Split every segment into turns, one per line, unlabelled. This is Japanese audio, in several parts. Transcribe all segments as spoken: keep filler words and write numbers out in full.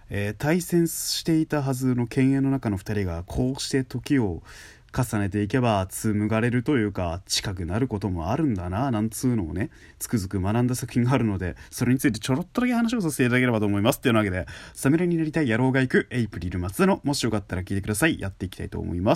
えー、対戦していたはずの犬猿の中のふたりがこうして時を重ねていけば紡がれるというか近くなることもあるんだななんつうのをねつくづく学んだ作品があるので、それについてちょろっとだけ話をさせていただければと思います。というわけで、サムライになりたい野郎が行くエイプリル松田のもしよかったら聞いてください。やっていきたいと思います。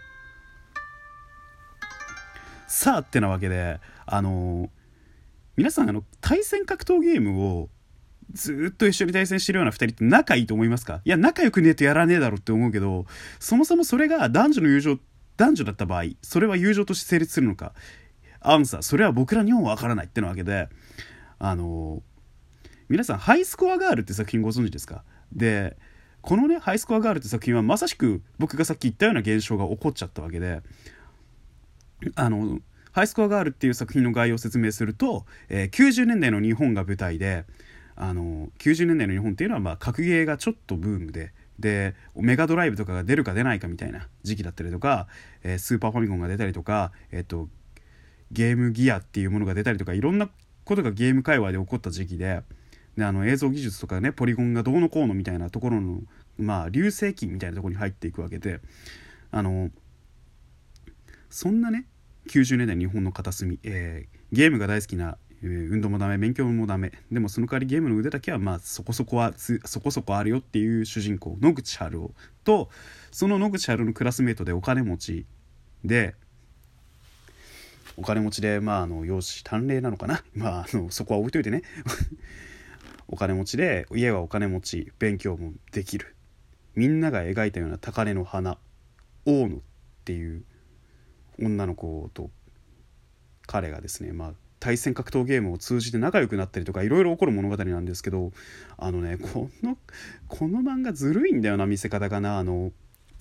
さあってなわけで、あのー、皆さんあの対戦格闘ゲームをずっと一緒に対戦してるようなふたりって仲いいと思いますか？いや仲良くねえとやらねえだろって思うけど、そもそもそれが男女の友情男女だった場合それは友情として成立するのか、アンサーそれは僕らにもわからないってなわけで、あのー、皆さんハイスコアガールって作品ご存知ですか？でこのねハイスコアガールって作品はまさしく僕がさっき言ったような現象が起こっちゃったわけで、あのハイスコアガールっていう作品の概要を説明すると、えー、きゅうじゅうねんだいの日本が舞台で、あのきゅうじゅうねんだいの日本っていうのはまあ格ゲーがちょっとブームででメガドライブとかが出るか出ないかみたいな時期だったりとか、えー、スーパーファミコンが出たりとか、えー、とゲームギアっていうものが出たりとか、いろんなことがゲーム界隈で起こった時期で、であの映像技術とかねポリゴンがどうのこうのみたいなところのまあ隆盛期みたいなところに入っていくわけで、あのそんなねきゅうじゅうねんだい日本の片隅、えー、ゲームが大好きな、えー、運動もダメ勉強もダメでもその代わりゲームの腕だけはまあそこそこはそこそこあるよっていう主人公野口春夫と、その野口春夫のクラスメートでお金持ちでお金持ちでまああの容姿端麗なのかな、まあ、あのそこは置いといてねお金持ちで家はお金持ち勉強もできる、みんなが描いたような高嶺の花大野っていう女の子と彼がですね、まあ、対戦格闘ゲームを通じて仲良くなったりとかいろいろ起こる物語なんですけど、あのねこのこの漫画ずるいんだよな見せ方がな。あの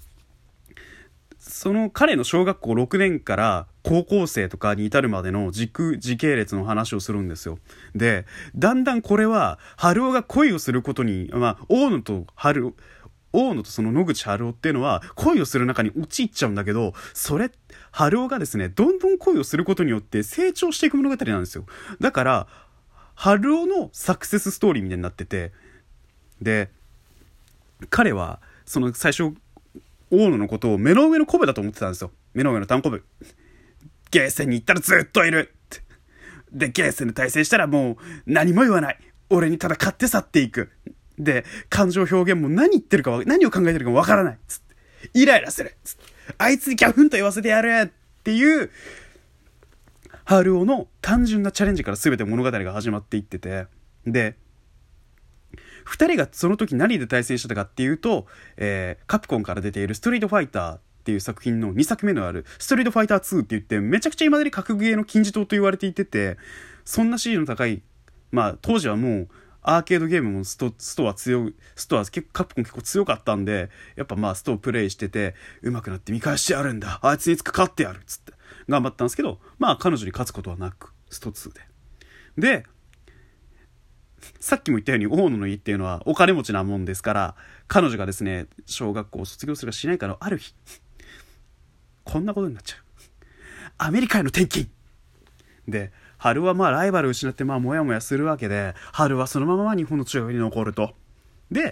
その彼の小学校ろくねんから高校生とかに至るまでの時空時系列の話をするんですよ。でだんだんこれは春夫が恋をすることに、まあ、大野と春夫大野とその野口春夫っていうのは恋をする中に陥っちゃうんだけど、それ春夫がですねどんどん恋をすることによって成長していく物語なんですよ。だから春夫のサクセスストーリーみたいになってて、で彼はその最初大野のことを目の上のコブだと思ってたんですよ。目の上の単コブ、ゲーセンに行ったらずっといるってでゲーセンで対戦したらもう何も言わない、俺にただ買って去っていく、で感情表現も何言ってるか何を考えてるかわからないっつってイライラするっつってあいつにギャフンと言わせてやるっていう春夫の単純なチャレンジから全て物語が始まっていってて、でふたりがその時何で対戦してたかっていうと、えー、カプコンから出ているストリートファイターっていう作品のにさくめのあるストリートファイターツーって言ってめちゃくちゃ今までに格ゲーの金字塔と言われていてて、そんな支持の高い、まあ当時はもうアーケードゲームもスト、ストは強い、ストは結構カプコン結構強かったんで、やっぱまあストをプレイしてて上手くなって見返してやるんだ、あいつにいつか勝ってやるっつって頑張ったんですけど、まあ彼女に勝つことはなくストツーででさっきも言ったように大野の家っていうのはお金持ちなもんですから、彼女がですね小学校を卒業するかしないかのある日こんなことになっちゃう。アメリカへの転勤で春はまあライバルを失ってまあモヤモヤするわけで、春はそのまま日本の中学に残ると。で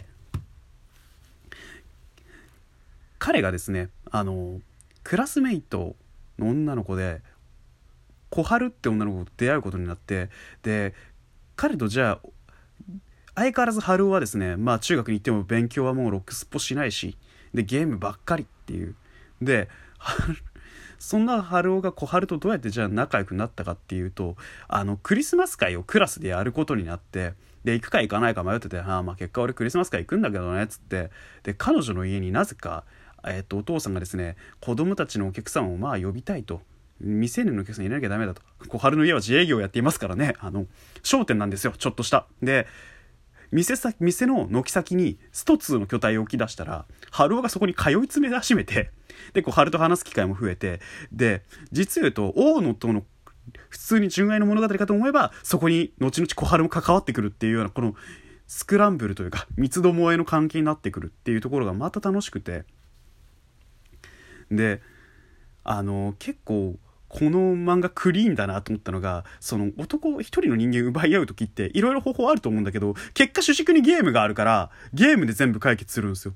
彼がですねあのクラスメイトの女の子で小春って女の子と出会うことになって、で彼とじゃあ相変わらず春はですねまあ中学に行っても勉強はもうろくすっぽしないしでゲームばっかりっていうでそんな春男が小春とどうやってじゃあ仲良くなったかっていうと、あのクリスマス会をクラスでやることになって、で行くか行かないか迷ってて、あまあ結果俺クリスマス会行くんだけどねっつって、で彼女の家になぜか、えー、っとお父さんがですね子供たちのお客さんをまあ呼びたいと、未成年のお客さんいなきゃダメだと、小春の家は自営業をやっていますからね、あの商店なんですよちょっとしたで店先店の軒先にストツーの巨体を置き出したら春男がそこに通い詰め始めて、でこう春と話す機会も増えて、で実言うと大野との普通に純愛の物語かと思えばそこに後々小春も関わってくるっていうようなこのスクランブルというか三つどもえの関係になってくるっていうところがまた楽しくて、であの結構この漫画クリーンだなと思ったのが、その男一人の人間奪い合う時っていろいろ方法あると思うんだけど、結果主軸にゲームがあるからゲームで全部解決するんですよ。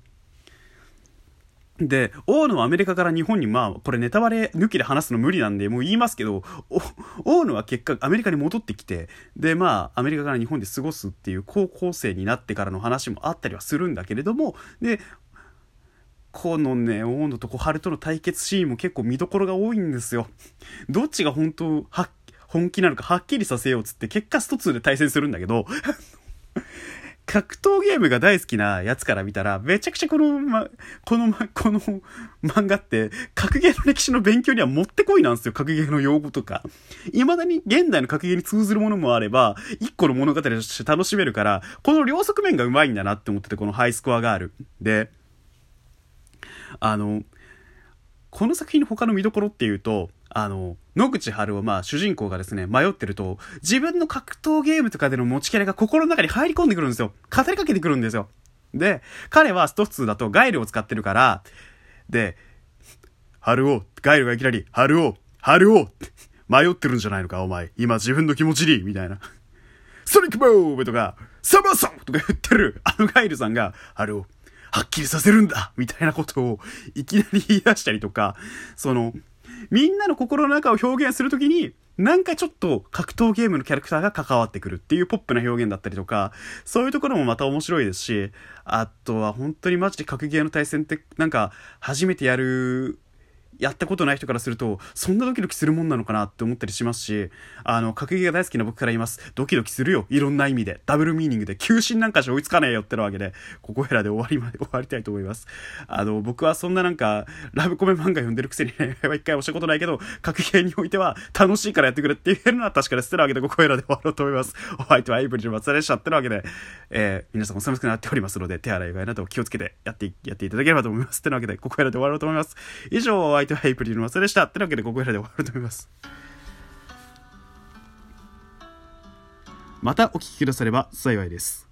で、王のアメリカから日本に、まあこれネタバレ抜きで話すの無理なんでもう言いますけど、王のは結果アメリカに戻ってきて、でまあアメリカから日本で過ごすっていう高校生になってからの話もあったりはするんだけれども、でこのね、王のと小春との対決シーンも結構見どころが多いんですよ。どっちが本当は本気なのかはっきりさせようっつって結果ストツーで対戦するんだけど格闘ゲームが大好きなやつから見たらめちゃくちゃこの、ま、この、ま、この漫画って格ゲーの歴史の勉強にはもってこいなんですよ。格ゲーの用語とか未だに現代の格ゲーに通ずるものもあれば一個の物語として楽しめるから、この両側面がうまいんだなって思ってて、このハイスコアガールで、あのこの作品の他の見どころっていうと、あの野口春夫、まあ主人公がですね迷ってると、自分の格闘ゲームとかでの持ちキャラが心の中に入り込んでくるんですよ。語りかけてくるんですよ。で彼はストツーだとガイルを使ってるから、で春夫、ガイルがいきなり春夫春夫迷ってるんじゃないのかお前、今自分の気持ちにみたいな、ソニックボームとかサマーソンとか言ってるあのガイルさんが春夫はっきりさせるんだみたいなことをいきなり言い出したりとか、そのみんなの心の中を表現するときになんかちょっと格闘ゲームのキャラクターが関わってくるっていうポップな表現だったりとか、そういうところもまた面白いですし、あとは本当にマジで格ゲーの対戦ってなんか初めてやるやったことない人からするとそんなドキドキするもんなのかなって思ったりしますし、あの格ゲーが大好きな僕から言います。ドキドキするよ、いろんな意味で。ダブルミーニングで球審なんかじゃ追いつかねえよってなわけで、ここへらで終わりまで終わりたいと思います。あの僕はそんななんかラブコメ漫画読んでるくせにね一回押したことないけど、格ゲーにおいては楽しいからやってくれって言えるのは確かですってなわけで、ここへらで終わろうと思います。お相手はエイブリル松田でしたってなわけで、えー、皆さんお寒くなっておりますので手洗いうがいなど気をつけてやってやっていただければと思いますってなわけで、ここへらで終わろうと思います。以上、お相手はエイプリルの松田でしたってなわけで、ここらで終わると思います。またお聞きくだされば幸いです。